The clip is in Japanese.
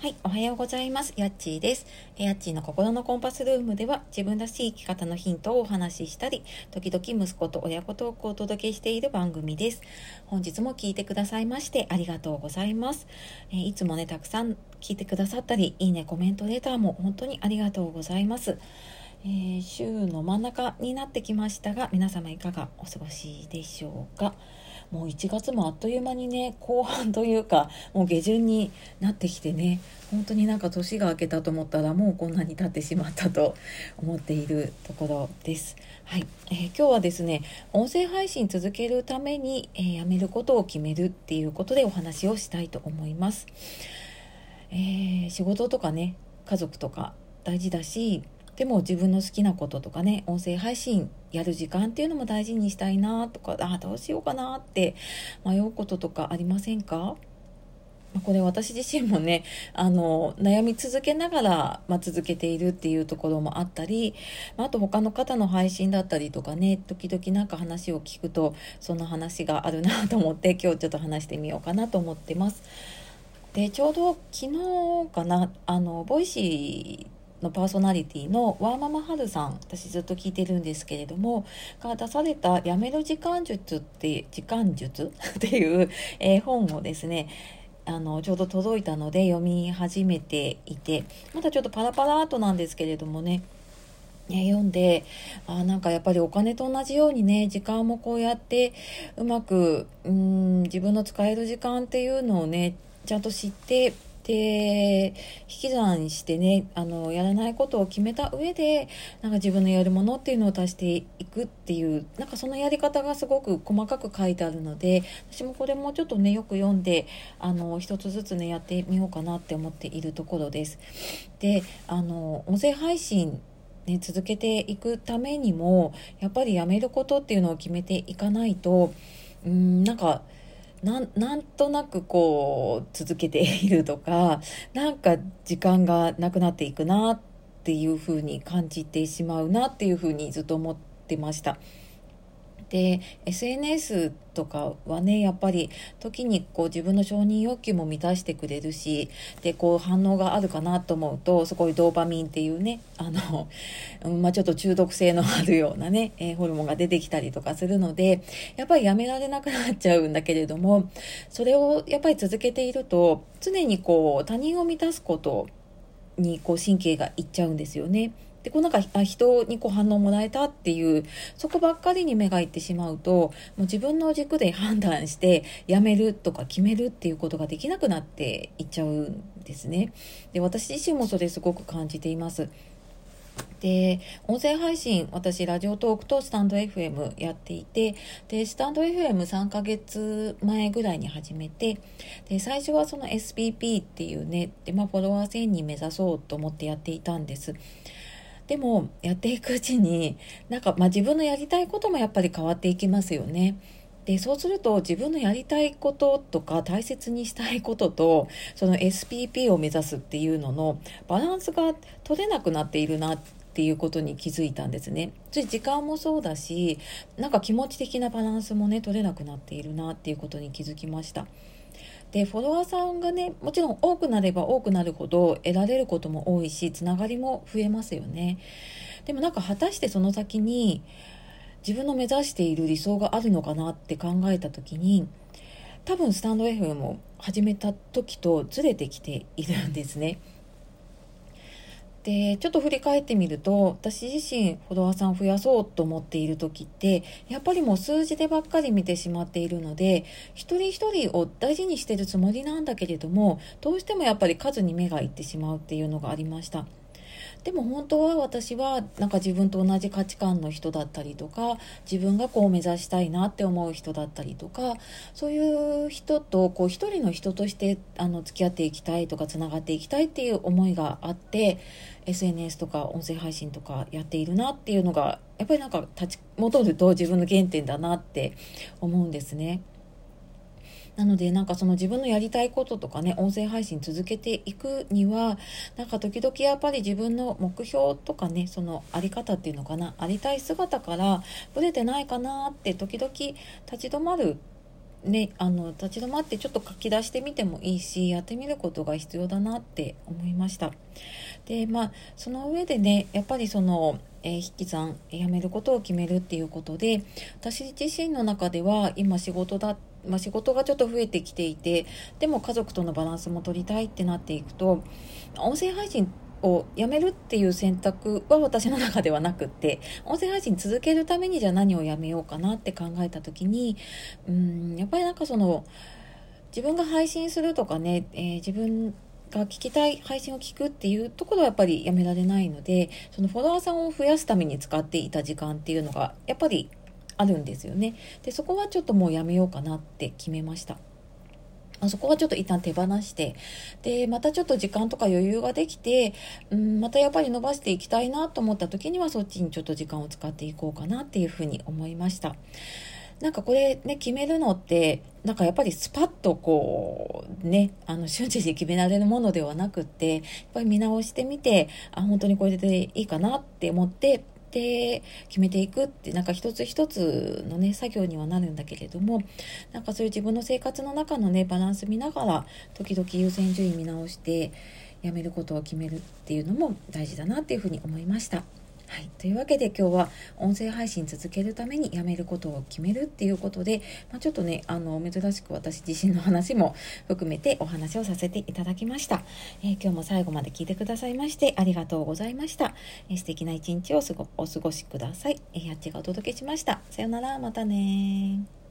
はい、おはようございます。やっちーです。やっちーの心のコンパスルームでは自分らしい生き方のヒントをお話ししたり、時々息子と親子トークをお届けしている番組です。本日も聞いてくださいましてありがとうございます。いつもね、たくさん聞いてくださったり、いいね、コメント、レターも本当にありがとうございます。週の真ん中になってきましたが、皆様いかがお過ごしでしょうか。もう1月もあっという間にね、後半というかもう下旬になってきてね、本当になんか年が明けたと思ったらもうこんなに経ってしまったと思っているところです。はい、今日はですね、音声配信続けるために、やめることを決めるっていうことでお話をしたいと思います。仕事とかね、家族とか大事だし、でも自分の好きなこととかね、音声配信やる時間っていうのも大事にしたいなとか、どうしようかなって迷うこととかありませんか？これ私自身もね、悩み続けながら、続けているっていうところもあったり、あと他の方の配信だったりとかね、時々なんか話を聞くとその話があるなと思って今日ちょっと話してみようかなと思ってます。で、ちょうど昨日かな、ボイシーのパーソナリティのワーママハルさん、私ずっと聞いてるんですけれども、が出されたやめる時間術っていう、本をですね、ちょうど届いたので読み始めていて、まだちょっとパラパラーとなんですけれどもね、読んで、なんかやっぱりお金と同じようにね、時間もこうやってうまく自分の使える時間っていうのをね、ちゃんと知って、で引き算してね、やらないことを決めた上で、なんか自分のやるものっていうのを足していくっていう、なんかそのやり方がすごく細かく書いてあるので、私もこれもちょっとね、よく読んで一つずつね、やってみようかなって思っているところです。で、音声配信ね、続けていくためにもやっぱりやめることっていうのを決めていかないと、なんかなんとなくこう続けているとか、なんか時間がなくなっていくなっていうふうに感じてしまうなっていうふうにずっと思ってました。で SNS とかはね、やっぱり時にこう自分の承認欲求も満たしてくれるし、でこう反応があるかなと思うと、すごいドーパミンっていうね、ちょっと中毒性のあるようなね、ホルモンが出てきたりとかするので、やっぱりやめられなくなっちゃうんだけれども、それをやっぱり続けていると常にこう他人を満たすことにこう神経がいっちゃうんですよね。でこうなんか人にこう反応もらえたっていう、そこばっかりに目がいってしまうと、もう自分の軸で判断してやめるとか決めるっていうことができなくなっていっちゃうんですね。で、私自身もそれすごく感じています。で、音声配信、私ラジオトークとスタンド FM やっていて、でスタンド FM3 ヶ月前ぐらいに始めて、で最初はその SPP っていうね、で、フォロワー1000人目指そうと思ってやっていたんです。でもやっていくうちに、なんか自分のやりたいこともやっぱり変わっていきますよね。でそうすると自分のやりたいこととか大切にしたいことと、その SPP を目指すっていうののバランスが取れなくなっているなっていうことに気づいたんですね。時間もそうだし、なんか気持ち的なバランスもね、取れなくなっているなっていうことに気づきました。でフォロワーさんがね、もちろん多くなれば多くなるほど得られることも多いし、つながりも増えますよね。でもなんか果たしてその先に自分の目指している理想があるのかなって考えた時に、多分スタンド FM を始めた時とずれてきているんですね。でちょっと振り返ってみると、私自身フォロワーさんを増やそうと思っている時って、やっぱりもう数字でばっかり見てしまっているので、一人一人を大事にしているつもりなんだけれども、どうしてもやっぱり数に目がいってしまうっていうのがありました。でも本当は私はなんか自分と同じ価値観の人だったりとか、自分がこう目指したいなって思う人だったりとか、そういう人とこう一人の人として付き合っていきたいとか、つながっていきたいっていう思いがあって、 SNS とか音声配信とかやっているなっていうのが、やっぱりなんか立ち戻ると自分の原点だなって思うんですね。なのでなんかその自分のやりたいこととかね、音声配信続けていくには、なんか時々やっぱり自分の目標とかね、そのあり方っていうのかな、ありたい姿からブレてないかなって時々立ち止まるね、立ち止まってちょっと書き出してみてもいいし、やってみることが必要だなって思いました。で、その上でね、やっぱり引き算、やめることを決めるっていうことで、私自身の中では今仕事がちょっと増えてきていて、でも家族とのバランスも取りたいってなっていくと、音声配信をやめるっていう選択は私の中ではなくって、音声配信続けるためにじゃあ何をやめようかなって考えた時に、やっぱり自分が配信するとかね、自分が聞きたい配信を聞くっていうところはやっぱりやめられないので、そのフォロワーさんを増やすために使っていた時間っていうのがやっぱりあるんですよね。で、そこはちょっともうやめようかなって決めました。そこはちょっと一旦手放して、でまたちょっと時間とか余裕ができて、またやっぱり伸ばしていきたいなと思った時にはそっちにちょっと時間を使っていこうかなっていうふうに思いました。なんかこれね、決めるのってなんかやっぱりスパッとこうね、瞬時に決められるものではなくって、やっぱり見直してみて、本当にこれでいいかなって思ってで決めていくって、なんか一つ一つのね作業にはなるんだけれども、なんかそういう自分の生活の中のねバランス見ながら時々優先順位見直してやめることを決めるっていうのも大事だなっていうふうに思いました。はい、というわけで今日は音声配信続けるためにやめることを決めるっていうことで、ちょっとね珍しく私自身の話も含めてお話をさせていただきました。今日も最後まで聞いてくださいましてありがとうございました。素敵な一日をお過ごしください。やっちがお届けしました。さよなら、またね。